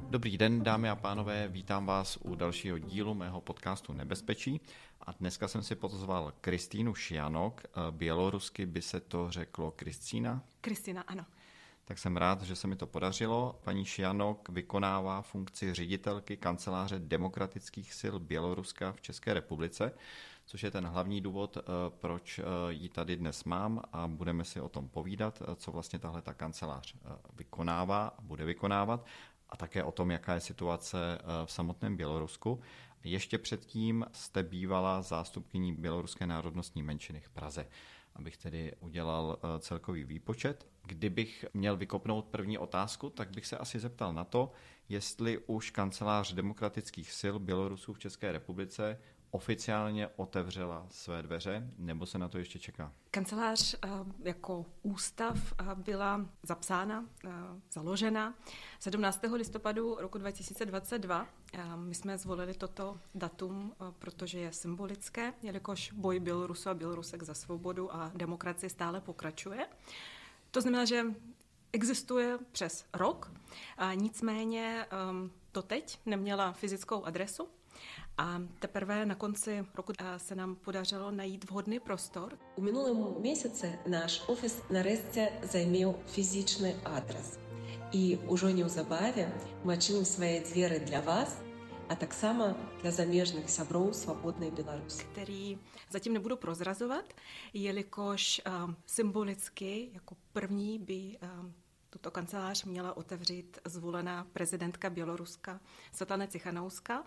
Dobrý den, dámy a pánové, vítám vás u dalšího dílu mého podcastu Nebezpečí a dneska jsem si pozval Kristýnu Šijanok, bělorusky by se to řeklo Kristýna. Kristýna, ano. Tak jsem rád, že se mi to podařilo. Paní Šijanok vykonává funkci ředitelky kanceláře demokratických sil Běloruska v České republice, což je ten hlavní důvod, proč ji tady dnes mám a budeme si o tom povídat, co vlastně tahle ta kancelář vykonává a bude vykonávat a také o tom, jaká je situace v samotném Bělorusku. Ještě předtím jste bývala zástupkyní běloruské národnostní menšiny v Praze. Abych tedy udělal celkový výpočet. Kdybych měl vykopnout první otázku, tak bych se asi zeptal na to, jestli už kancelář demokratických sil Bělorusů v České republice oficiálně otevřela své dveře, nebo se na to ještě čeká? Kancelář jako ústav byla zapsána, založena 17. listopadu roku 2022. My jsme zvolili toto datum, protože je symbolické, jelikož boj Bělorusů a Bělorusek za svobodu a demokracii stále pokračuje. To znamená, že existuje přes rok, nicméně doteď neměla fyzickou adresu. A teprve na konci roku se nám podařilo najít vhodný prostor. У минулому місяці наш офіс нарешті займів фізичний адрес. І уже неўзабаве мы адчынім свае дзверы для вас, a tak samo dla zamierzchnych sabrů svobodné Bělorusy. Který zatím nebudu prozrazovat, jelikož symbolicky jako první by tuto kancelář měla otevřít zvolená prezidentka Běloruska Svetlana Cichanouska,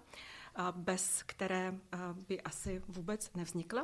bez které by asi vůbec nevznikla.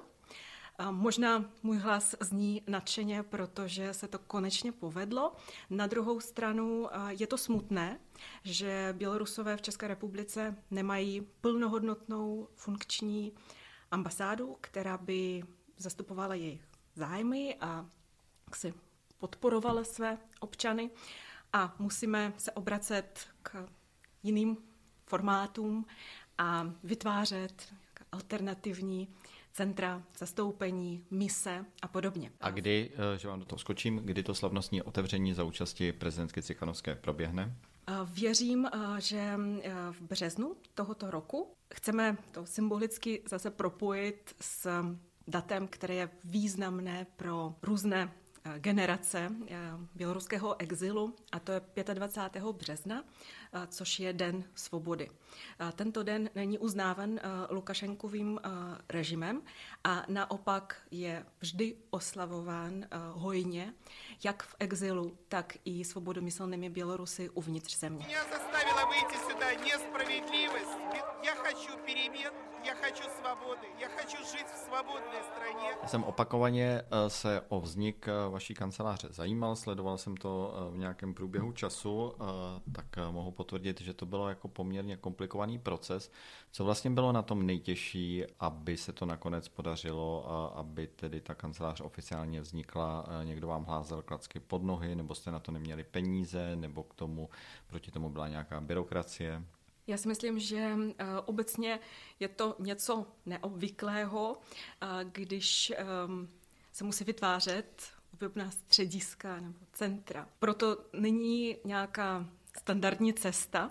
Možná můj hlas zní nadšeně, protože se to konečně povedlo. Na druhou stranu je to smutné, že Bělorusové v České republice nemají plnohodnotnou funkční ambasádu, která by zastupovala jejich zájmy a si podporovala své občany a musíme se obracet k jiným formátům a vytvářet alternativní centra, zastoupení, mise a podobně. A kdy, že vám do toho skočím, kdy to slavnostní otevření za účasti prezidentky Cichanovské proběhne? Věřím, že v březnu tohoto roku chceme to symbolicky zase propojit s datem, které je významné pro různé generace běloruského exilu, a to je 25. března, což je Den svobody. Tento den není uznávan Lukašenkovým režimem a naopak je vždy oslavován hojně, jak v exilu, tak i svobodomyslnými Bělorusy uvnitř země. Mě zastavila vyjít сюда nespravedlivost. Já хочу перемен, já хочу svobody, já хочу žít v svobodné straně. Já jsem opakovaně se o vznik vaší kanceláře zajímal, sledoval jsem to v nějakém průběhu času, tak mohu potvrdit, že to bylo jako poměrně komplikovaný proces. Co vlastně bylo na tom nejtěžší, aby se to nakonec podařilo, aby tedy ta kancelář oficiálně vznikla? Někdo vám hlázel klacky pod nohy, nebo jste na to neměli peníze, nebo proti tomu byla nějaká byrokracie? Já si myslím, že obecně je to něco neobvyklého, když se musí vytvářet obdobná střediska nebo centra. Proto není nějaká standardní cesta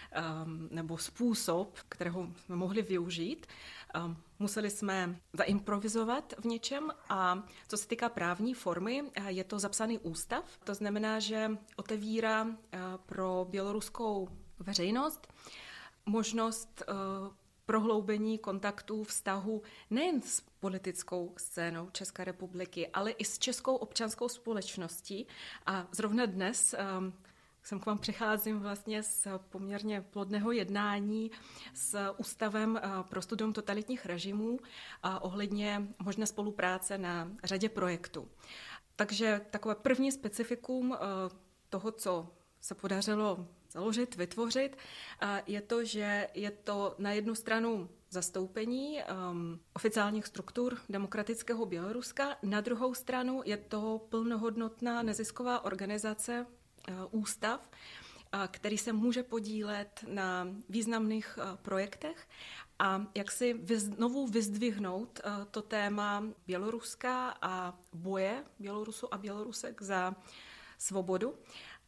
nebo způsob, kterého jsme mohli využít. Museli jsme zaimprovizovat v něčem a co se týká právní formy, je to zapsaný ústav. To znamená, že otevírá pro běloruskou veřejnost možnost prohloubení kontaktů, vztahu nejen s politickou scénou České republiky, ale i s českou občanskou společností. A zrovna dnes jsem k vám přicházím vlastně z poměrně plodného jednání s Ústavem pro studium totalitních režimů a ohledně možné spolupráce na řadě projektů. Takže takové první specifikum toho, co se podařilo založit, vytvořit, je to, že je to na jednu stranu zastoupení oficiálních struktur demokratického Běloruska, na druhou stranu je to plnohodnotná nezisková organizace, ústav, který se může podílet na významných projektech a jak si znovu vyzdvihnout to téma Běloruska a boje Bělorusů a Bělorusek za svobodu.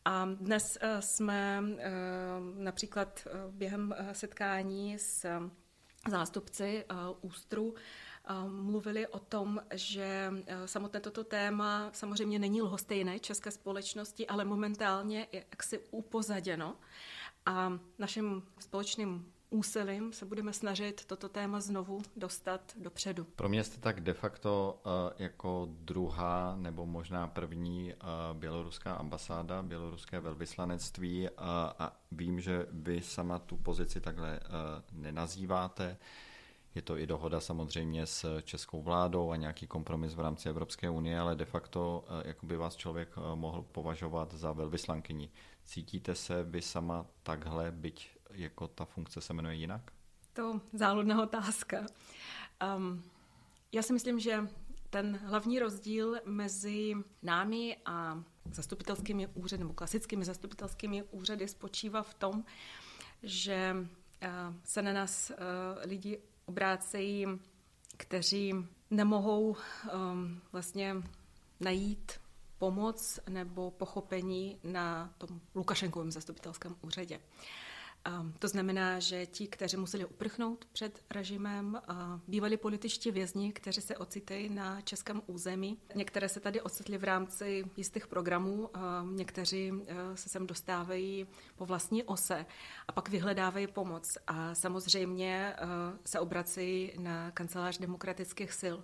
A dnes jsme například během setkání s zástupci ÚSTRu mluvili o tom, že samotné toto téma samozřejmě není lhostejné české společnosti, ale momentálně je jaksi upozaděno a naším společným úsilím se budeme snažit toto téma znovu dostat dopředu. Pro mě jste tak de facto jako druhá nebo možná první běloruská ambasáda, běloruské velvyslanectví a vím, že vy sama tu pozici takhle nenazýváte. Je to i dohoda samozřejmě s českou vládou a nějaký kompromis v rámci Evropské unie, ale de facto jako by vás člověk mohl považovat za velvyslankyni. Cítíte se vy sama takhle, byť jako ta funkce se jmenuje jinak? To záludná otázka. Já si myslím, že ten hlavní rozdíl mezi námi a zastupitelskými úřady nebo klasickými zastupitelskými úřady spočívá v tom, že se na nás lidi obrácejí, kteří nemohou vlastně najít pomoc nebo pochopení na tom Lukašenkovém zastupitelském úřadě. To znamená, že ti, kteří museli uprchnout před režimem, bývali političtí vězni, kteří se ocitají na českém území. Některé se tady ocitli v rámci jistých programů, někteří se sem dostávají po vlastní ose a pak vyhledávají pomoc. A samozřejmě se obrací na kancelář demokratických sil.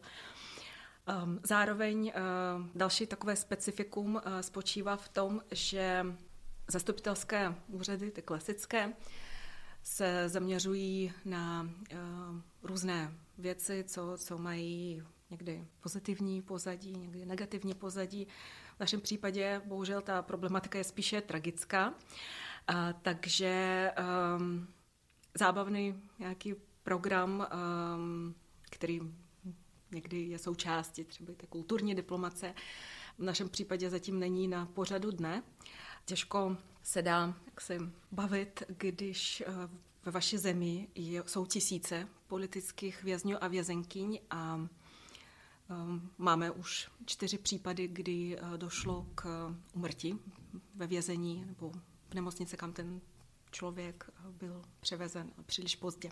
Zároveň další takové specifikum spočívá v tom, že zastupitelské úřady, ty klasické, se zaměřují na různé věci, co mají někdy pozitivní pozadí, někdy negativní pozadí. V našem případě bohužel ta problematika je spíše tragická, takže zábavný nějaký program, který někdy je součástí třeba té kulturní diplomace, v našem případě zatím není na pořadu dne. Těžko se dá jaksi bavit, když ve vaší zemi jsou tisíce politických vězňů a vězenkyň a máme už 4 případy, kdy došlo k úmrtí ve vězení nebo v nemocnici, kam ten člověk byl převezen příliš pozdě.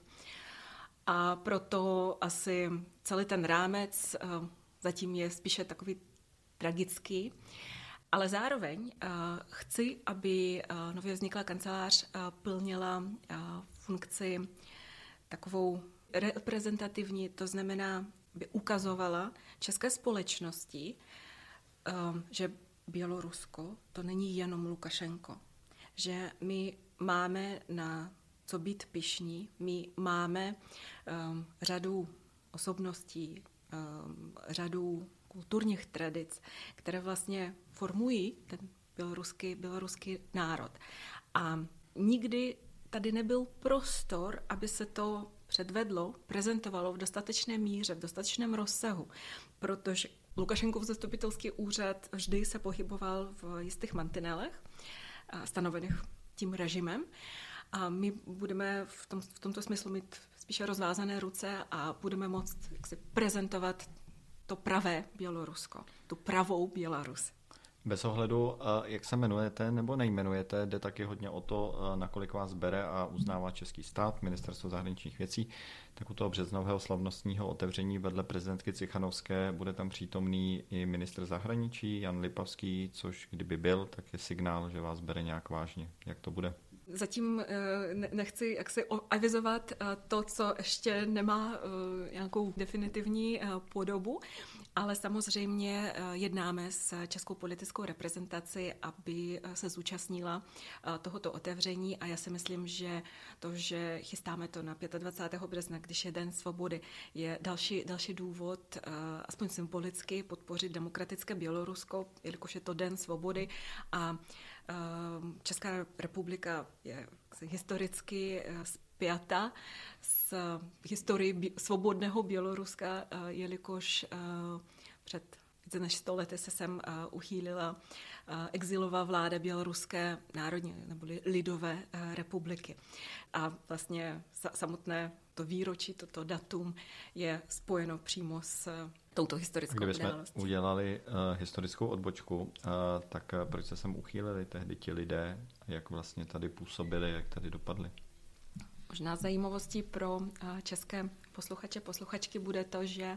A proto asi celý ten rámec zatím je spíše takový tragický, ale zároveň chci, aby nově vzniklá kancelář plnila funkci takovou reprezentativní, to znamená, by ukazovala české společnosti, že Bělorusko to není jenom Lukašenko, že my máme na co být pyšní, my máme řadu osobností, řadu kulturních tradic, které vlastně formují ten běloruský národ. A nikdy tady nebyl prostor, aby se to předvedlo, prezentovalo v dostatečné míře, v dostatečném rozsahu, protože Lukašenkův zastupitelský úřad vždy se pohyboval v jistých mantinelech, stanovených tím režimem. A my budeme v tomto smyslu mít spíše rozvázané ruce a budeme moct jaksi prezentovat to pravé Bělorusko, tu pravou Bělarus. Bez ohledu, jak se jmenujete nebo nejmenujete, jde taky hodně o to, nakolik vás bere a uznává český stát, Ministerstvo zahraničních věcí. Tak u toho březnového slavnostního otevření vedle prezidentky Cichanovské bude tam přítomný i ministr zahraničí Jan Lipavský, což kdyby byl, tak je signál, že vás bere nějak vážně. Jak to bude? Zatím nechci jaksi avizovat to, co ještě nemá nějakou definitivní podobu, ale samozřejmě jednáme s českou politickou reprezentací, aby se zúčastnila tohoto otevření a já si myslím, že to, že chystáme to na 25. března, když je Den svobody, je další důvod, aspoň symbolicky, podpořit demokratické Bělorusko, jelikož je to Den svobody a Česká republika je historicky spjata s historií svobodného Běloruska, jelikož před více než 100 lety se sem uchýlila exilová vláda Běloruské národní nebo lidové republiky. A vlastně samotné to výročí, toto datum je spojeno přímo s touto historickou událostí. Kdybychom udělali historickou odbočku, tak proč se sem uchýlili tehdy ti lidé, jak vlastně tady působili, jak tady dopadli? Možná zajímavostí pro české posluchače, posluchačky bude to, že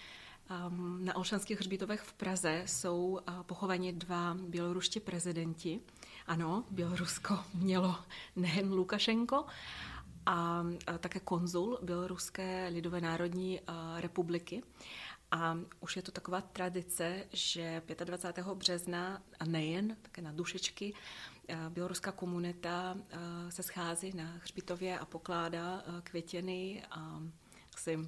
na Olšanských hřbitovech v Praze jsou pochovaní 2 běloruští prezidenti. Ano, Bělorusko mělo nejen Lukašenko, a také konzul Běloruské lidové národní republiky. A už je to taková tradice, že 25. března a nejen, také na dušičky, běloruská komunita se schází na hřbitově a pokládá květiny a si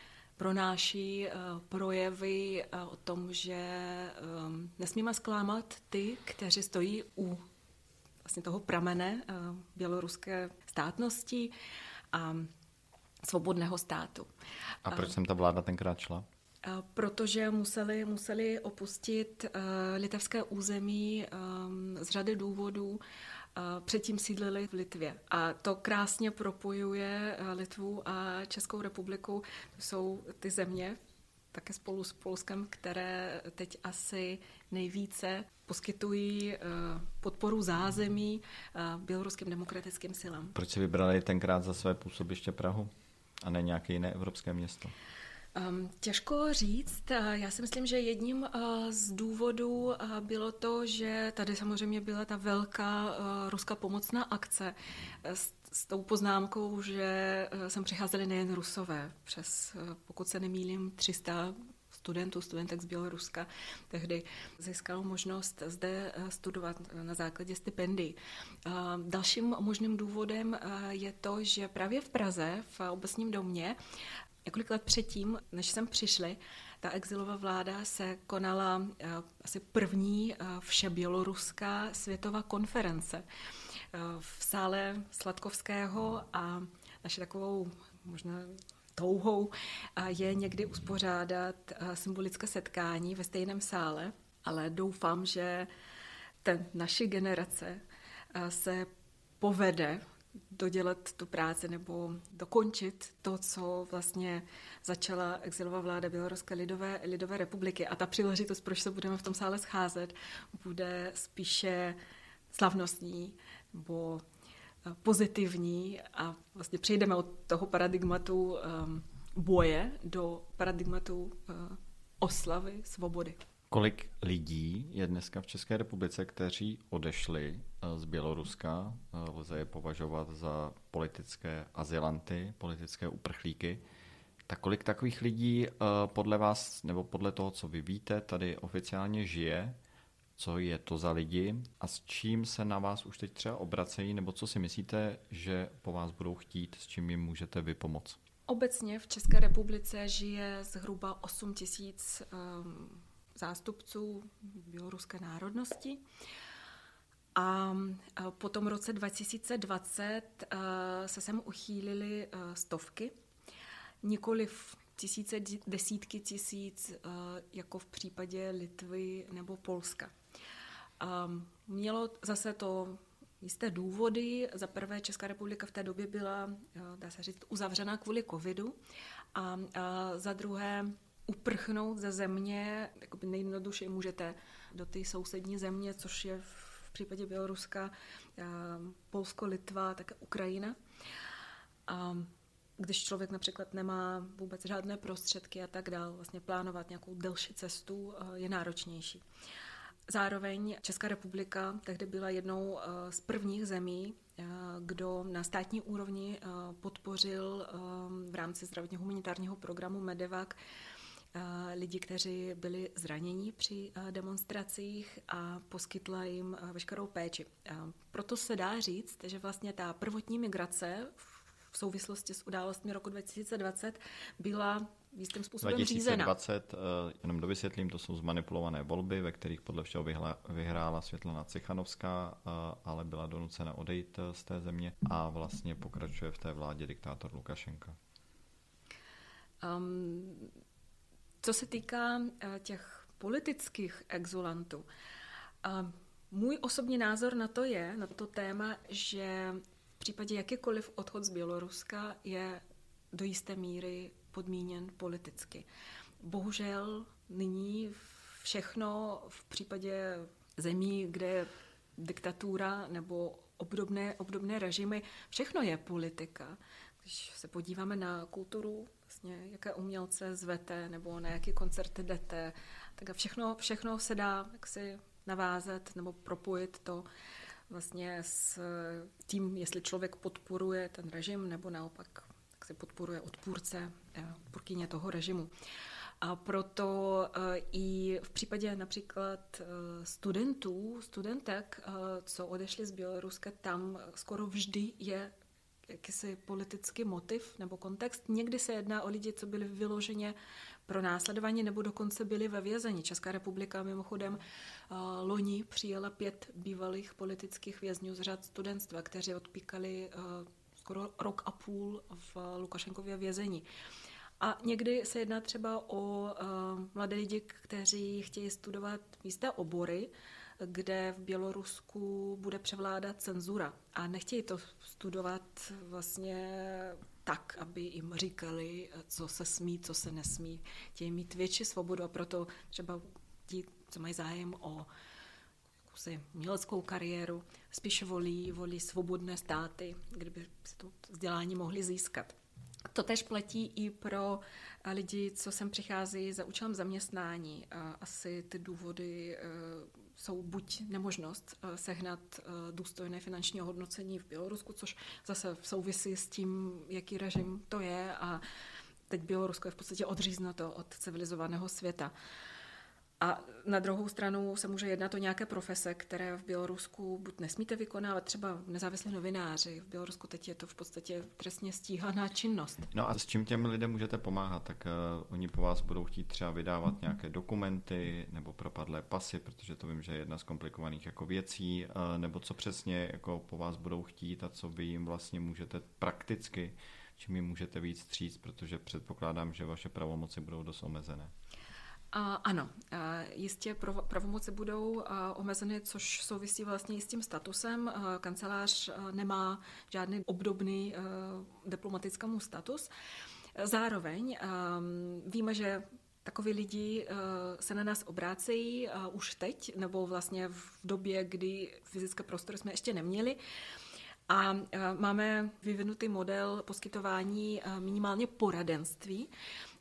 pronáší projevy o tom, že nesmíme zklamat ty, kteří stojí u vlastně toho pramene běloruské státnosti a svobodného státu. A proč sem ta vláda tenkrát šla? Protože museli opustit litevské území z řady důvodů. Předtím sídlili v Litvě. A to krásně propojuje Litvu a Českou republiku. To jsou ty země, také spolu s Polskem, které teď asi nejvíce poskytují podporu zázemí běloruským demokratickým silám. Proč si vybrali tenkrát za své působiště Prahu a ne nějaké jiné evropské město? Těžko říct. Já si myslím, že jedním z důvodů bylo to, že tady samozřejmě byla ta velká ruská pomocná akce s tou poznámkou, že sem přicházeli nejen Rusové. Přes, pokud se nemýlím, 300 studentek z Běloruska tehdy získalo možnost zde studovat na základě stipendií. Dalším možným důvodem je to, že právě v Praze, v Obecním domě, několik let předtím, než sem přišli, ta exilová vláda se konala asi první všeběloruská světová konference v sále Sladkovského a naše takovou možná touhou je někdy uspořádat symbolické setkání ve stejném sále, ale doufám, že naší generace se povede dodělat tu práci nebo dokončit to, co vlastně začala exilová vláda Běloruské lidové republiky. A ta příležitost, proč se budeme v tom sále scházet, bude spíše slavnostní nebo pozitivní a vlastně přejdeme od toho paradigmatu boje do paradigmatu oslavy svobody. Kolik lidí je dneska v České republice, kteří odešli z Běloruska? Lze je považovat za politické azylanty, politické uprchlíky. Tak kolik takových lidí podle vás, nebo podle toho, co vy víte, tady oficiálně žije? Co je to za lidi a s čím se na vás už teď třeba obracejí, nebo co si myslíte, že po vás budou chtít, s čím jim můžete vy pomoct? Obecně v České republice žije zhruba 8 000 zástupců běloruské národnosti. A po tom roce 2020 se sem uchýlily stovky, nikoliv tisíce, desítky tisíc, jako v případě Litvy nebo Polska. Mělo zase to jisté důvody. Za prvé Česká republika v té době byla, dá se říct, uzavřená kvůli covidu a za druhé uprchnout ze země, jakoby nejjednodušeji můžete do té sousední země, což je v případě Běloruska, Polsko, Litva, také Ukrajina. Když člověk například nemá vůbec žádné prostředky a tak dál, vlastně plánovat nějakou delší cestu je náročnější. Zároveň Česká republika tehdy byla jednou z prvních zemí, kdo na státní úrovni podpořil v rámci zdravotního humanitárního programu MEDEVAC lidi, kteří byli zraněni při demonstracích a poskytla jim veškerou péči. Proto se dá říct, že vlastně ta prvotní migrace v souvislosti s událostmi roku 2020 byla jistým způsobem řízena. 2020, jenom dovysvětlím, to jsou zmanipulované volby, ve kterých podle všeho vyhrála Světlana Cichanovská, ale byla donucena odejít z té země a vlastně pokračuje v té vládě diktátor Lukašenka. Co se týká těch politických exulantů, můj osobní názor na to téma, že v případě jakýkoliv odchod z Běloruska je do jisté míry podmíněn politicky. bohužel nyní všechno v případě zemí, kde je diktatura nebo obdobné režimy, všechno je politika. Když se podíváme na kulturu, vlastně, jaké umělce zvete nebo na jaký koncert jdete, tak všechno se dá jaksi navázat nebo propojit to vlastně s tím, jestli člověk podporuje ten režim nebo naopak jak se podporuje odpůrkyně toho režimu. A proto i v případě například studentek, co odešli z Běloruska, tam skoro vždy je jakýsi politický motiv nebo kontext. Někdy se jedná o lidi, co byli vyloženě pro následování nebo dokonce byli ve vězení. Česká republika mimochodem loni přijala 5 bývalých politických vězňů z řad studentstva, kteří odpíkali skoro rok a půl v Lukašenkově vězení. A někdy se jedná třeba o mladé lidi, kteří chtějí studovat jisté obory, kde v Bělorusku bude převládat cenzura. A nechtějí to studovat vlastně tak, aby jim říkali, co se smí, co se nesmí. Chtějí mít větší svobodu a proto třeba ti, co mají zájem o uměleckou kariéru, spíše volí svobodné státy, kde by si to vzdělání mohli získat. To též platí i pro lidi, co sem přichází za účelem zaměstnání. Asi ty důvody jsou buď nemožnost sehnat důstojné finanční hodnocení v Bělorusku, což zase souvisí s tím, jaký režim to je a teď Bělorusko je v podstatě odříznuto od civilizovaného světa. A na druhou stranu se může jednat o nějaké profese, které v Bělorusku buď nesmíte vykonávat, třeba nezávislí novináři. V Bělorusku teď je to v podstatě trestně stíhaná činnost. No a s čím těm lidem můžete pomáhat? Tak oni po vás budou chtít třeba vydávat nějaké dokumenty nebo propadlé pasy, protože to vím, že je jedna z komplikovaných jako věcí, nebo co přesně jako po vás budou chtít a co vy jim vlastně můžete prakticky, čím jim můžete víc vstříct, protože předpokládám, že vaše pravomoci budou dost omezené. Ano, jistě pravomoci budou omezeny, což souvisí vlastně i s tím statusem. Kancelář nemá žádný obdobný diplomatickému status. Zároveň víme, že takoví lidi se na nás obrácejí už teď, nebo vlastně v době, kdy fyzické prostory jsme ještě neměli. A máme vyvinutý model poskytování minimálně poradenství,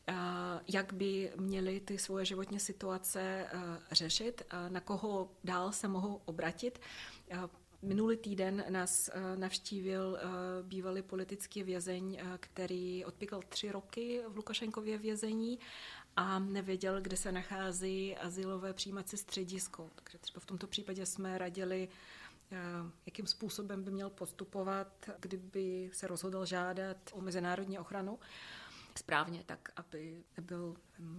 jak by měli ty svoje životní situace řešit, na koho dál se mohou obratit. Minulý týden nás navštívil bývalý politický vězeň, který odpíkal 3 roky v Lukašenkově vězení a nevěděl, kde se nachází azylové přijímací středisko. Takže třeba v tomto případě jsme radili, jakým způsobem by měl postupovat, kdyby se rozhodl žádat o mezinárodní ochranu. Správně tak, aby nebyl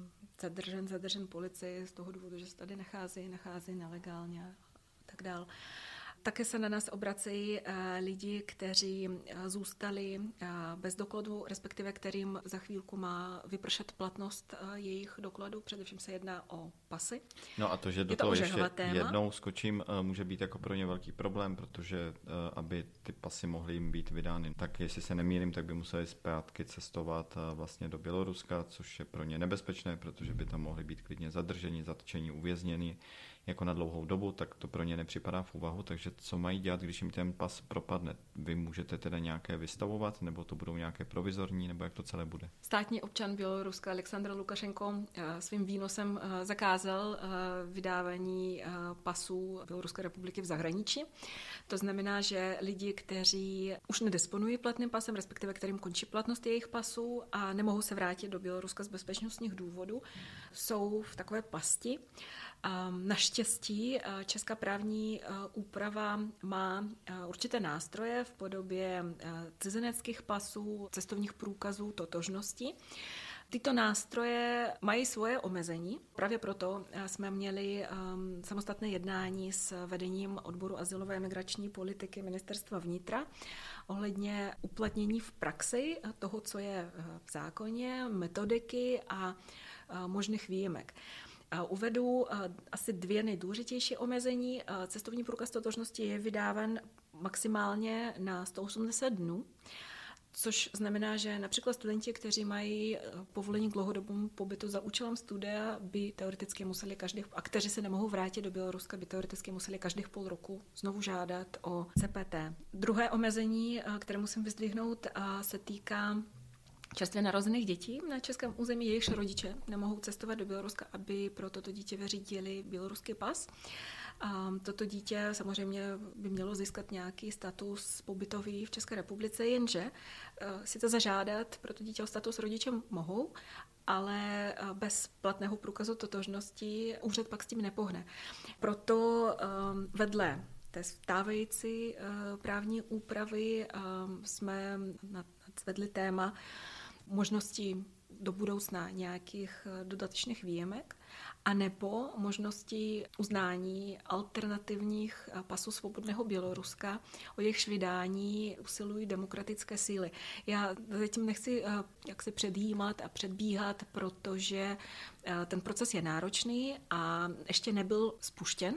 zadržen policii z toho důvodu, že se tady nachází nelegálně a tak dál. Také se na nás obracejí lidi, kteří zůstali bez dokladu, respektive kterým za chvílku má vypršet platnost jejich dokladů. Především se jedná o pasy. No a to, že do toho ještě jednou skočím, může být jako pro ně velký problém, protože aby ty pasy mohly jim být vydány, tak jestli se nemýlím, tak by museli zpátky cestovat vlastně do Běloruska, což je pro ně nebezpečné, protože by tam mohli být klidně zadrženi, zatčeni, uvězněni jako na dlouhou dobu, tak to pro ně nepřipadá v úvahu, takže co mají dělat, když jim ten pas propadne? Vy můžete teda nějaké vystavovat, nebo to budou nějaké provizorní, nebo jak to celé bude? Státní občan Běloruska Alexandr Lukašenko svým výnosem zakázal vydávání pasů Běloruské republiky v zahraničí. To znamená, že lidi, kteří už nedisponují platným pasem, respektive kterým končí platnost jejich pasů a nemohou se vrátit do Běloruska z bezpečnostních důvodů, jsou v takové pasti. Naštěstí česká právní úprava má určité nástroje v podobě cizineckých pasů, cestovních průkazů, totožnosti. Tyto nástroje mají svoje omezení. Právě proto jsme měli samostatné jednání s vedením odboru azylové a migrační politiky Ministerstva vnitra ohledně uplatnění v praxi toho, co je v zákoně, metodiky a možných výjimek. Uvedu asi 2 nejdůležitější omezení. Cestovní průkaz totožnosti je vydáván maximálně na 180 dnů Což znamená, že například studenti, kteří mají povolení k dlouhodobému pobytu za účelem studia, by teoreticky museli a kteří se nemohou vrátit do Běloruska, by teoreticky museli každých půl roku znovu žádat o CPT. Druhé omezení, které musím vyzdvihnout, se týká čerstvě narozených dětí na českém území, jejichž rodiče nemohou cestovat do Běloruska, aby pro toto dítě vyřídili běloruský pas. A toto dítě samozřejmě by mělo získat nějaký status pobytový v České republice, jenže sice zažádat pro to dítě o status rodiče mohou, ale bez platného průkazu totožnosti úřad pak s tím nepohne. Proto vedle té stávající právní úpravy jsme nadvedli téma možnosti do budoucna nějakých dodatečných výjimek, anebo možnosti uznání alternativních pasů svobodného Běloruska, o jejichž vydání usilují demokratické síly. Já zatím nechci jaksi předjímat a předbíhat, protože ten proces je náročný a ještě nebyl spuštěn.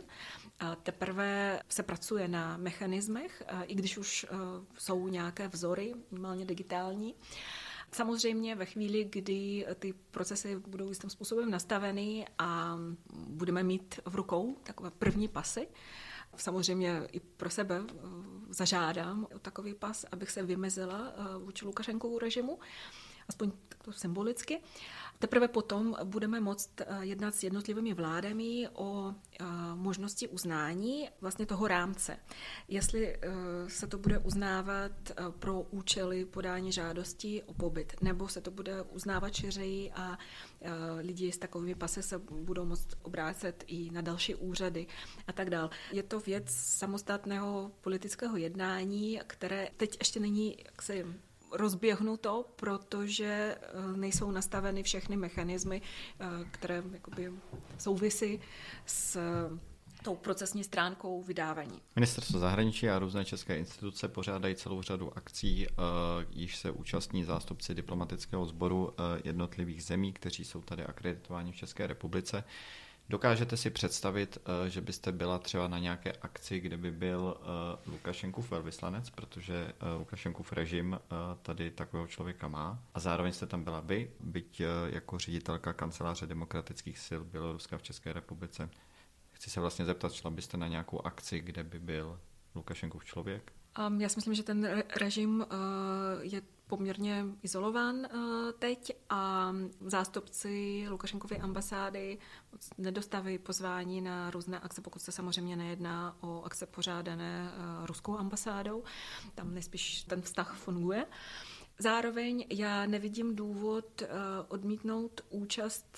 Teprve se pracuje na mechanismech, i když už jsou nějaké vzory, minimálně digitální. Samozřejmě ve chvíli, kdy ty procesy budou jistým způsobem nastaveny a budeme mít v rukou takové první pasy, samozřejmě i pro sebe zažádám o takový pas, abych se vymezila vůči Lukašenkovu režimu, aspoň takto symbolicky. Teprve potom budeme moct jednat s jednotlivými vládami o možnosti uznání vlastně toho rámce. Jestli se to bude uznávat pro účely podání žádosti o pobyt, nebo se to bude uznávat šířeji a lidi s takovými pasy se budou moct obrácet i na další úřady a tak dál. Je to věc samostatného politického jednání, které teď ještě není jaksi rozběhnuto, protože nejsou nastaveny všechny mechanismy, které jakoby souvisí s tou procesní stránkou vydávání. Ministerstvo zahraničí a různé české instituce pořádají celou řadu akcí, již se účastní zástupci diplomatického sboru jednotlivých zemí, kteří jsou tady akreditováni v České republice. Dokážete si představit, že byste byla třeba na nějaké akci, kde by byl Lukašenkův velvyslanec, protože Lukašenkův režim tady takového člověka má a zároveň jste tam byla vy, byť jako ředitelka kanceláře demokratických sil Běloruska v České republice. Chci se vlastně zeptat, šla byste na nějakou akci, kde by byl Lukašenkův člověk? Já si myslím, že ten režim je poměrně izolován teď a zástupci Lukašenkovy ambasády nedostávají pozvání na různé akce, pokud se samozřejmě nejedná o akce pořádané ruskou ambasádou. Tam nejspíš ten vztah funguje. Zároveň já nevidím důvod odmítnout účast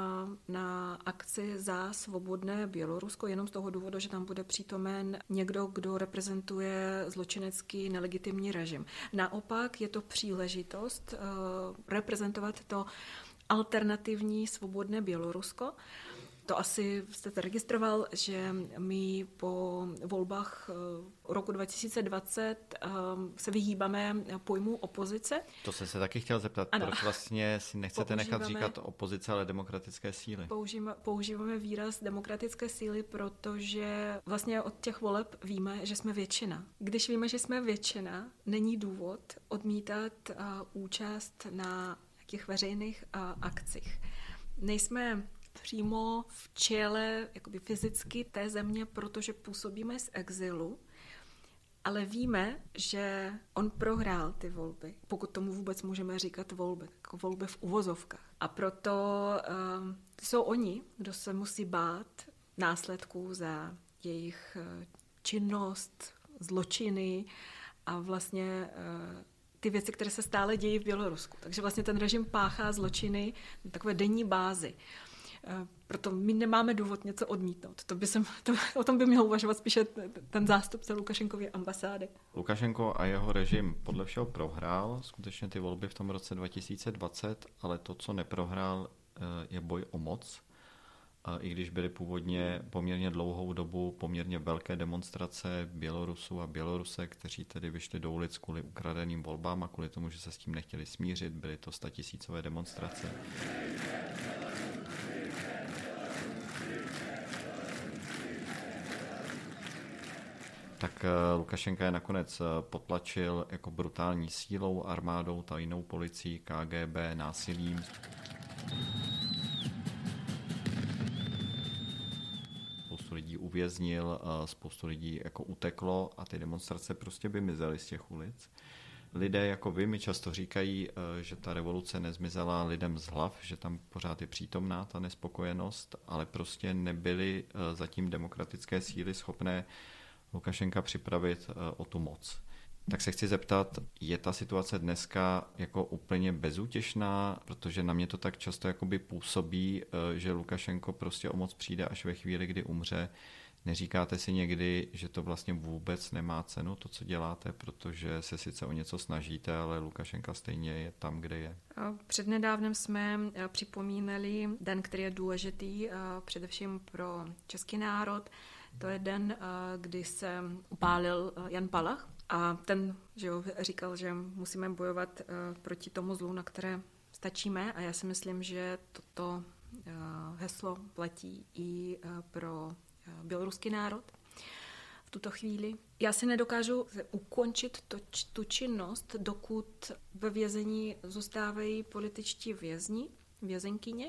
na akci za svobodné Bělorusko jenom z toho důvodu, že tam bude přítomen někdo, kdo reprezentuje zločinecký nelegitimní režim. Naopak je to příležitost reprezentovat to alternativní svobodné Bělorusko. To asi jste zaregistroval, že my po volbách roku 2020 se vyhýbáme pojmu opozice. To jsem se taky chtěl zeptat, ano. Proč vlastně si nechcete nechat říkat opozice, ale demokratické síly? Používáme výraz demokratické síly, protože vlastně od těch voleb víme, že jsme většina. Když víme, že jsme většina, není důvod odmítat účast na nějakých veřejných akcích. Nejsme přímo v čele jakoby fyzicky té země, protože působíme z exilu, ale víme, že on prohrál ty volby, pokud tomu vůbec můžeme říkat volby, jako volby v uvozovkách. A proto jsou oni, kdo se musí bát následků za jejich činnost, zločiny a vlastně ty věci, které se stále dějí v Bělorusku. Takže vlastně ten režim páchá zločiny na takové denní bázi. Proto my nemáme důvod něco odmítnout. O tom by měl uvažovat spíše ten zástupce Lukašenkovy ambasády. Lukašenko a jeho režim podle všeho prohrál skutečně ty volby v tom roce 2020, ale to, co neprohrál, je boj o moc. I když byly původně poměrně dlouhou dobu poměrně velké demonstrace Bělorusů a Bělorusek, kteří tedy vyšli do ulic kvůli ukradeným volbám a kvůli tomu, že se s tím nechtěli smířit, byly to 100 000 demonstrace. Tak Lukašenka je nakonec potlačil jako brutální sílou, armádou, tajnou policií, KGB, násilím. Spoustu lidí uvěznil, spoustu lidí jako uteklo a ty demonstrace prostě vymizely z těch ulic. Lidé jako vy mi často říkají, že ta revoluce nezmizela lidem z hlav, že tam pořád je přítomná ta nespokojenost, ale prostě nebyly zatím demokratické síly schopné Lukašenka připravit o tu moc. Tak se chci zeptat, je ta situace dneska jako úplně bezútěšná, protože na mě to tak často jakoby působí, že Lukašenko prostě o moc přijde až ve chvíli, kdy umře. Neříkáte si někdy, že to vlastně vůbec nemá cenu, to, co děláte, protože se sice o něco snažíte, ale Lukašenka stejně je tam, kde je? Přednedávnem jsme připomínali den, který je důležitý především pro český národ. To je den, kdy se upálil Jan Palach a ten říkal, že musíme bojovat proti tomu zlu, na které stačíme, a já si myslím, že toto heslo platí i pro běloruský národ v tuto chvíli. Já si nedokážu ukončit tu činnost, dokud ve vězení zůstávají političtí vězenkyně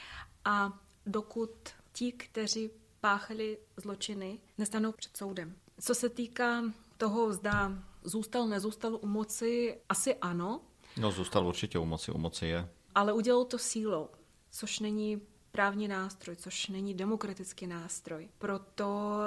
a dokud ti, kteří páchali zločiny, nestanou před soudem. Co se týká toho, zda nezůstal u moci, asi ano. No, zůstal určitě u moci je. Ale udělal to sílou, což není právní nástroj, což není demokratický nástroj. Proto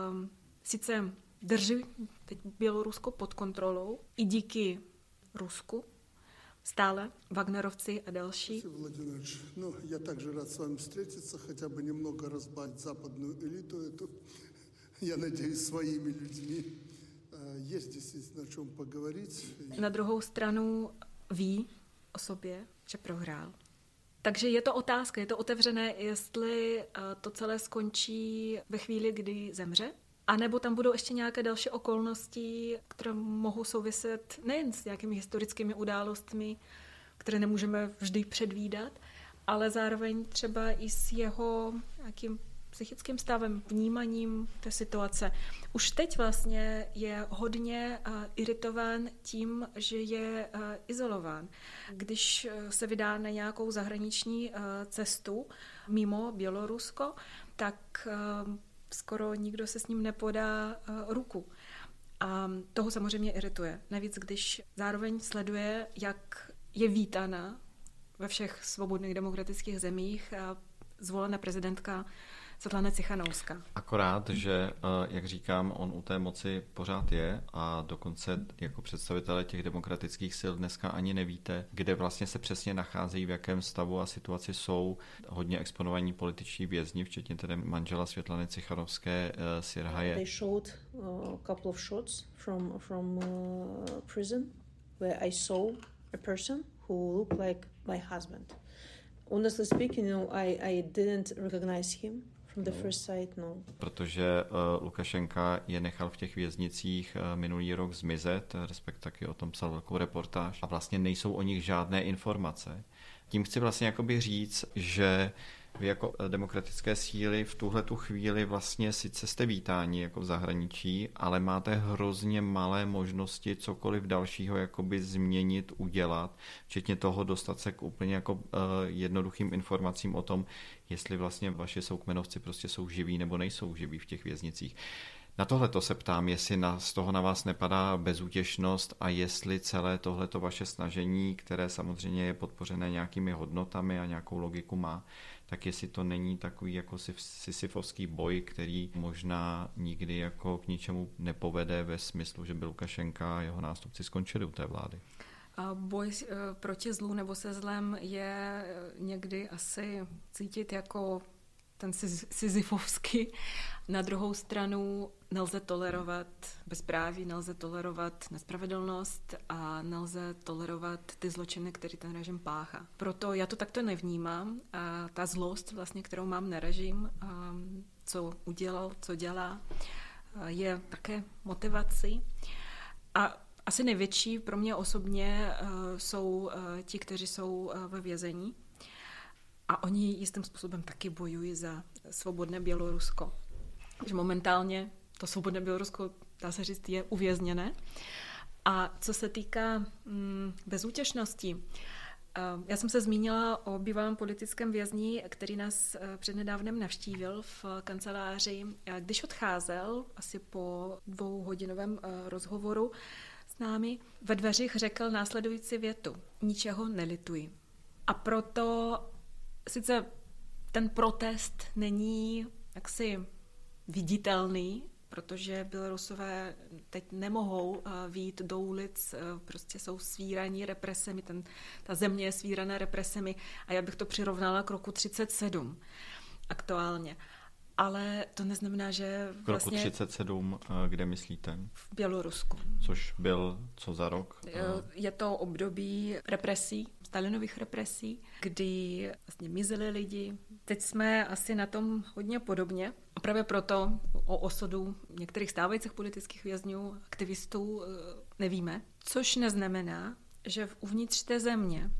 sice drží teď Bělorusko pod kontrolou i díky Rusku, stále Wagnerovci a další. Владимирович, я также рад с вами встретиться, хотя бы немного разбавить западную элиту эту, я надеюсь, своими людьми. Есть действительно о чем поговорить. Na druhou stranu ví o sobě, že prohrál. Takže je to otázka, je to otevřené, jestli to celé skončí ve chvíli, kdy zemře, anebo tam budou ještě nějaké další okolnosti, které mohou souviset nejen s nějakými historickými událostmi, které nemůžeme vždy předvídat, ale zároveň třeba i s jeho nějakým psychickým stavem, vnímáním té situace. Už teď vlastně je hodně iritován tím, že je izolován. Když se vydá na nějakou zahraniční cestu mimo Bělorusko, tak skoro nikdo se s ním nepodá ruku. A toho samozřejmě irituje. Navíc, když zároveň sleduje, jak je vítána ve všech svobodných demokratických zemích zvolená prezidentka Svetlana Cichanovská. Akorát, že, jak říkám, on u té moci pořád je a dokonce jako představitelé těch demokratických sil dneska ani nevíte, kde vlastně se přesně nacházejí, v jakém stavu a situaci jsou hodně exponovaní političtí vězni, včetně tedy manžela Svetlany Cichanovské, Sirhaje. They showed a couple of shots from prison where I saw a person who looked like my husband. Honestly speaking, I didn't recognize him. Protože Lukašenka je nechal v těch věznicích minulý rok zmizet, respektive taky o tom psal velkou reportáž a vlastně nejsou o nich žádné informace. Tím chci vlastně jakoby říct, že vy jako demokratické síly v tuhletu chvíli vlastně sice jste vítáni jako v zahraničí, ale máte hrozně malé možnosti cokoliv dalšího jakoby změnit, udělat, včetně toho dostat se k úplně jako jednoduchým informacím o tom, jestli vlastně vaši soukmenovci prostě jsou živí nebo nejsou živí v těch věznicích. Na tohleto se ptám, jestli z toho na vás nepadá bezútěšnost a jestli celé tohleto vaše snažení, které samozřejmě je podpořené nějakými hodnotami a nějakou logiku má, tak jestli to není takový jako sisyfovský boj, který možná nikdy jako k ničemu nepovede ve smyslu, že by Lukašenka a jeho nástupci skončili u té vlády. Boj proti zlu nebo se zlem je někdy asi cítit jako ten sisyfovský. Na druhou stranu nelze tolerovat bezpráví, nelze tolerovat nespravedlnost a nelze tolerovat ty zločiny, které ten režim páchá. Proto já to takto nevnímám. A ta zlost, vlastně, kterou mám na režim, co udělal, co dělá, je také motivací. A asi největší pro mě osobně jsou ti, kteří jsou ve vězení. A oni jistým způsobem taky bojují za svobodné Bělorusko. Že momentálně to svobodné Bělorusko dá se říct, je uvězněné. A co se týká bezútěšnosti, já jsem se zmínila o bývalém politickém vězni, který nás přednedávnem navštívil v kanceláři. Když odcházel, asi po 2hodinovém rozhovoru s námi, ve dveřích řekl následující větu: ničeho nelituji. A proto sice ten protest není jaksi viditelný, protože Bělorusové teď nemohou vyjít do ulic, prostě jsou svíraní represemi, ta země je svíraná represemi a já bych to přirovnala k roku 1937 aktuálně. Ale to neznamená, že vlastně... K roku 1937, kde myslíte? V Bělorusku. Což byl co za rok? Je to období represí, Stalinových represí, kdy vlastně mizeli lidi. Teď jsme asi na tom hodně podobně. A právě proto o osudu některých stávajících politických vězňů, aktivistů nevíme. Což neznamená, že uvnitř té země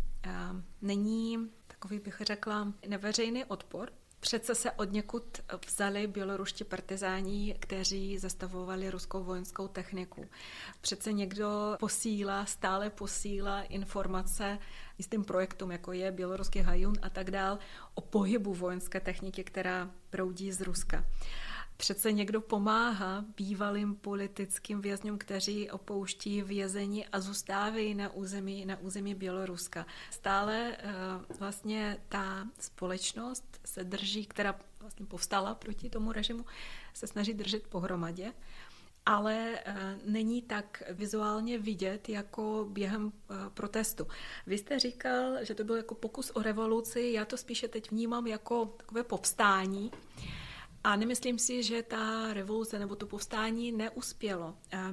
není takový, bych řekla, neveřejný odpor. Přece se odněkud vzali běloruští partizáni, kteří zastavovali ruskou vojenskou techniku. Přece někdo stále posílá informace jistým projektům, jako je běloruský Hajun a tak dál, o pohybu vojenské techniky, která proudí z Ruska. Přece někdo pomáhá bývalým politickým vězňům, kteří opouští vězení a zůstávají na území Běloruska. Stále vlastně ta společnost se drží, která vlastně povstala proti tomu režimu, se snaží držet pohromadě, ale není tak vizuálně vidět jako během protestu. Vy jste říkal, že to byl jako pokus o revoluci, já to spíše teď vnímám jako takové povstání. A nemyslím si, že ta revoluce nebo to povstání neuspělo.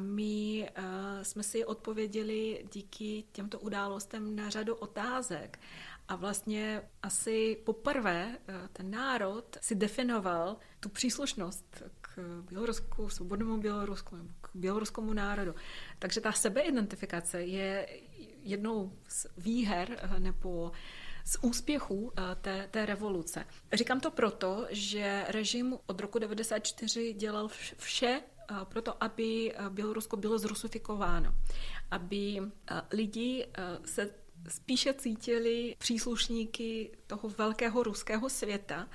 My jsme si odpověděli díky těmto událostem na řadu otázek. A vlastně asi poprvé ten národ si definoval tu příslušnost k Bělorusku, svobodnému Bělorusku, k běloruskému národu. Takže ta sebeidentifikace je jednou z výher nebo z úspěchů té revoluce. Říkám to proto, že režim od roku 1994 dělal vše proto, aby Bělorusko bylo zrusifikováno, aby lidi se spíše cítili příslušníky toho velkého ruského světa,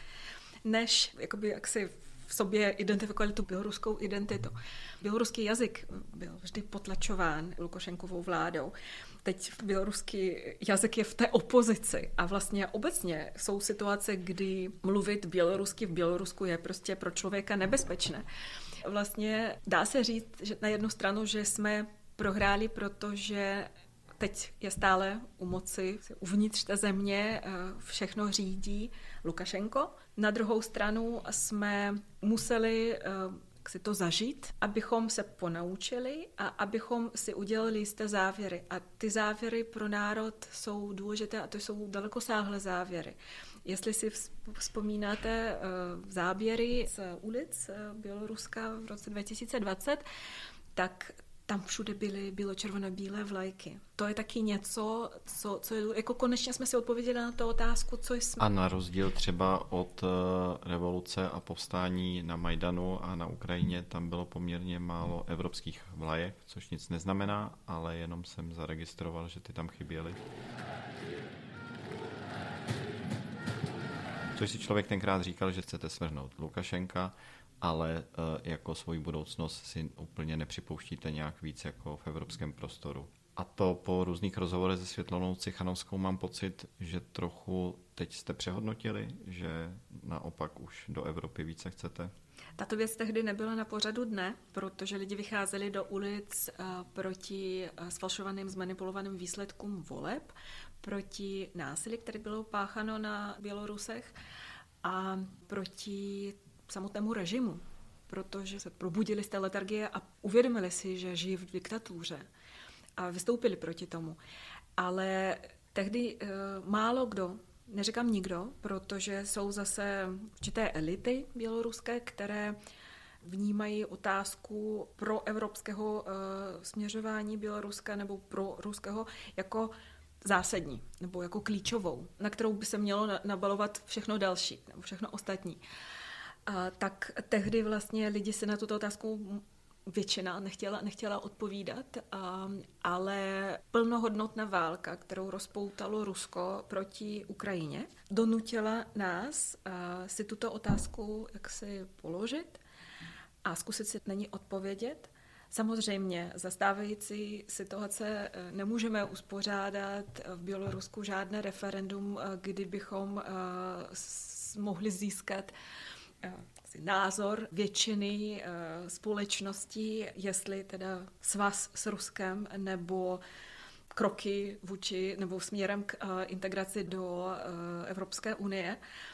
než jak si v sobě identifikovali tu běloruskou identitu. Běloruský jazyk byl vždy potlačován Lukašenkovou vládou. Teď běloruský jazyk je v té opozici a vlastně obecně jsou situace, kdy mluvit bělorusky v Bělorusku je prostě pro člověka nebezpečné. Vlastně dá se říct, že na jednu stranu, že jsme prohráli, protože teď je stále u moci, uvnitř té země všechno řídí Lukašenko. Na druhou stranu jsme museli si to zažít, abychom se ponaučili a abychom si udělali jisté závěry. A ty závěry pro národ jsou důležité a to jsou dalekosáhlé závěry. Jestli si vzpomínáte záběry z ulic Běloruska v roce 2020, tak tam všude bylo červeno-bílé vlajky. To je taky něco, co je, jako konečně jsme si odpověděli na tu otázku, co jsme. A na rozdíl třeba od revoluce a povstání na Majdanu a na Ukrajině, tam bylo poměrně málo evropských vlajek, což nic neznamená, ale jenom jsem zaregistroval, že ty tam chyběly. Což si člověk tenkrát říkal, že chcete svrhnout Lukašenka, ale jako svoji budoucnost si úplně nepřipouštíte nějak víc jako v evropském prostoru. A to po různých rozhovorech se Světlanou Cichanovskou mám pocit, že trochu teď jste přehodnotili, že naopak už do Evropy více chcete. Tato věc tehdy nebyla na pořadu dne, protože lidi vycházeli do ulic proti sfalšovaným, zmanipulovaným výsledkům voleb, proti násilí, které bylo pácháno na Bělorusech a proti samotnému režimu, protože se probudili z té letargie a uvědomili si, že žijí v diktatuře a vystoupili proti tomu. Ale tehdy málo kdo, neříkám nikdo, protože jsou zase určité elity běloruské, které vnímají otázku pro evropského směřování Běloruska nebo pro ruského jako zásadní nebo jako klíčovou, na kterou by se mělo nabalovat všechno další nebo všechno ostatní. Tak tehdy vlastně lidi se na tuto otázku většina nechtěla odpovídat, ale plnohodnotná válka, kterou rozpoutalo Rusko proti Ukrajině, donutila nás si tuto otázku jaksi položit a zkusit si na ní odpovědět. Samozřejmě za stávající situace nemůžeme uspořádat v Bělorusku žádné referendum, kdy bychom mohli získat názor většiny společnosti, jestli teda svaz s Ruskem nebo kroky vůči nebo směrem k integraci do Evropské unie.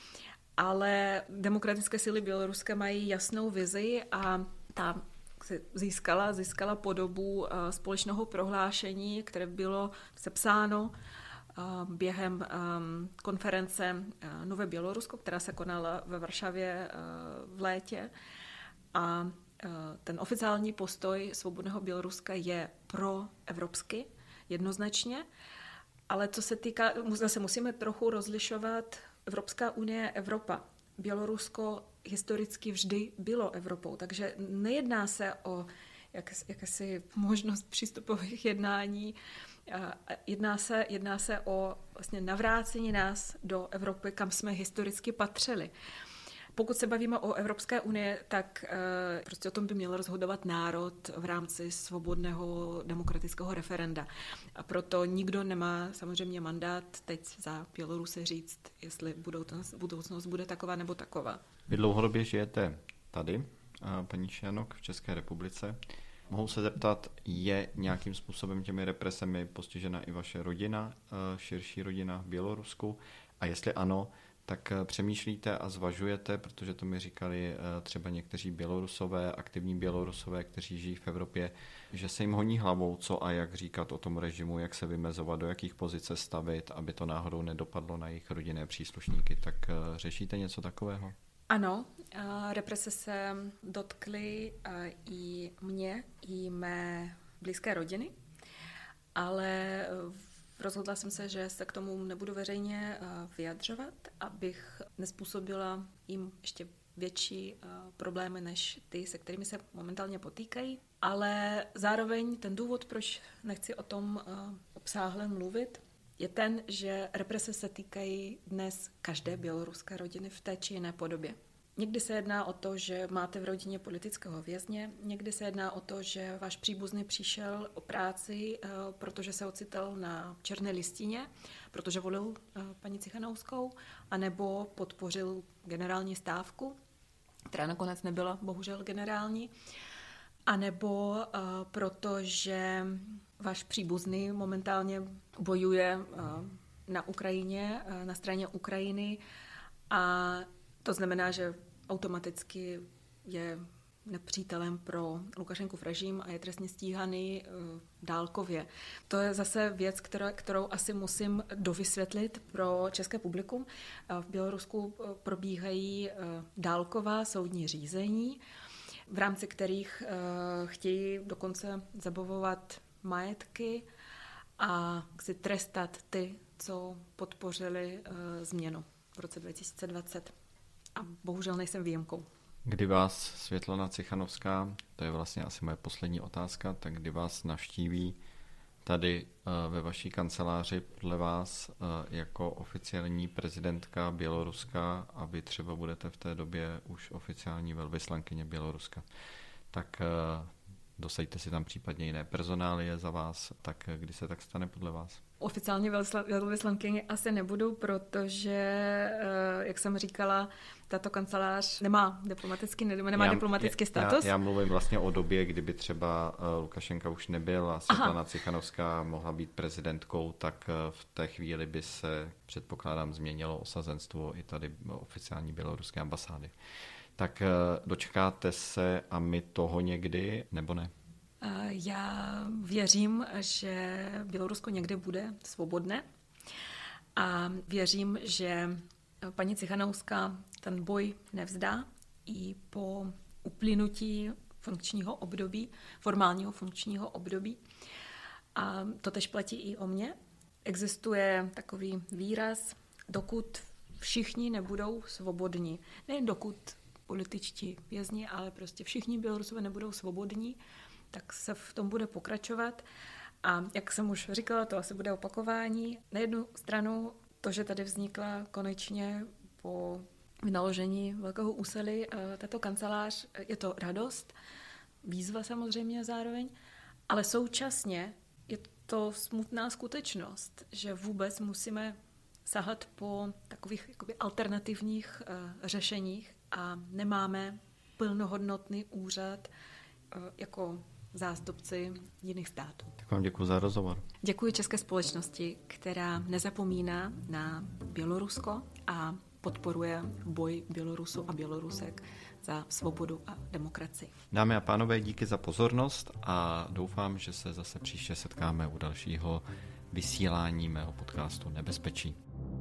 Ale demokratické síly Běloruska mají jasnou vizi a ta získala podobu společného prohlášení, které bylo sepsáno během konference Nové Bělorusko, která se konala ve Varšavě v létě. A ten oficiální postoj Svobodného Běloruska je proevropský, jednoznačně. Ale co se týká, zase musíme trochu rozlišovat Evropská unie, Evropa. Bělorusko historicky vždy bylo Evropou, takže nejedná se o jakési možnost přístupových jednání, jedná se o vlastně navrácení nás do Evropy, kam jsme historicky patřili. Pokud se bavíme o Evropské unii, tak prostě o tom by měl rozhodovat národ v rámci svobodného demokratického referenda. A proto nikdo nemá samozřejmě mandát teď za Bělorusy říct, jestli budoucnost bude taková nebo taková. Vy dlouhodobě žijete tady, paní Šijanok, v České republice. Mohu se zeptat, je nějakým způsobem těmi represemi postižena i vaše rodina, širší rodina v Bělorusku? A jestli ano, tak přemýšlíte a zvažujete, protože to mi říkali třeba někteří Bělorusové, aktivní Bělorusové, kteří žijí v Evropě, že se jim honí hlavou, co a jak říkat o tom režimu, jak se vymezovat, do jakých pozic se stavit, aby to náhodou nedopadlo na jejich rodinné příslušníky. Tak řešíte něco takového? Ano, represe se dotkly i mě, i mé blízké rodiny, ale rozhodla jsem se, že se k tomu nebudu veřejně vyjadřovat, abych nezpůsobila jim ještě větší problémy než ty, se kterými se momentálně potýkají. Ale zároveň ten důvod, proč nechci o tom obsáhle mluvit, je ten, že represe se týkají dnes každé běloruské rodiny v té či jiné podobě. Někdy se jedná o to, že máte v rodině politického vězně, někdy se jedná o to, že váš příbuzný přišel o práci, protože se ocital na černé listině, protože volil paní Cichanovskou, anebo podpořil generální stávku, která nakonec nebyla bohužel generální, anebo protože váš příbuzný momentálně bojuje na Ukrajině, na straně Ukrajiny, a to znamená, že automaticky je nepřítelem pro Lukašenkův režim a je trestně stíhaný dálkově. To je zase věc, kterou asi musím dovysvětlit pro české publikum. V Bělorusku probíhají dálková soudní řízení, v rámci kterých chtějí dokonce zabavovat majetky a si trestat ty, co podpořili změnu v roce 2020. A bohužel nejsem výjimkou. Kdy vás Světlana Cichanovská, to je vlastně asi moje poslední otázka, tak kdy vás navštíví tady ve vaší kanceláři podle vás jako oficiální prezidentka Běloruska a vy třeba budete v té době už oficiální velvyslankyně Běloruska. Tak dosaďte si tam případně jiné personálie za vás, tak kdy se tak stane podle vás? Oficiálně velvyslankyně asi nebudu, protože, jak jsem říkala, tato kancelář nemá diplomatický status. Já mluvím vlastně o době, kdyby třeba Lukašenka už nebyl a Světlana Cichanovská mohla být prezidentkou, tak v té chvíli by se, předpokládám, změnilo osazenstvo i tady oficiální běloruské ambasády. Tak dočkáte se a my toho někdy, nebo ne? Já věřím, že Bělorusko někde bude svobodné a věřím, že paní Cichanovská ten boj nevzdá i po uplynutí formálního funkčního období. A to tež platí i o mně. Existuje takový výraz, dokud všichni nebudou svobodní. Nejen dokud političtí vězni, ale prostě všichni Bělorusové nebudou svobodní, tak se v tom bude pokračovat. A jak jsem už říkala, to asi bude opakování. Na jednu stranu to, že tady vznikla konečně po vynaložení velkého úsilí tato kancelář, je to radost, výzva samozřejmě zároveň, ale současně je to smutná skutečnost, že vůbec musíme sahat po takových jakoby alternativních řešeních a nemáme plnohodnotný úřad jako zástupci jiných států. Tak vám děkuji za rozhovor. Děkuji České společnosti, která nezapomíná na Bělorusko a podporuje boj Bělorusů a Bělorusek za svobodu a demokracii. Dámy a pánové, díky za pozornost a doufám, že se zase příště setkáme u dalšího vysílání mého podcastu Nebezpečí.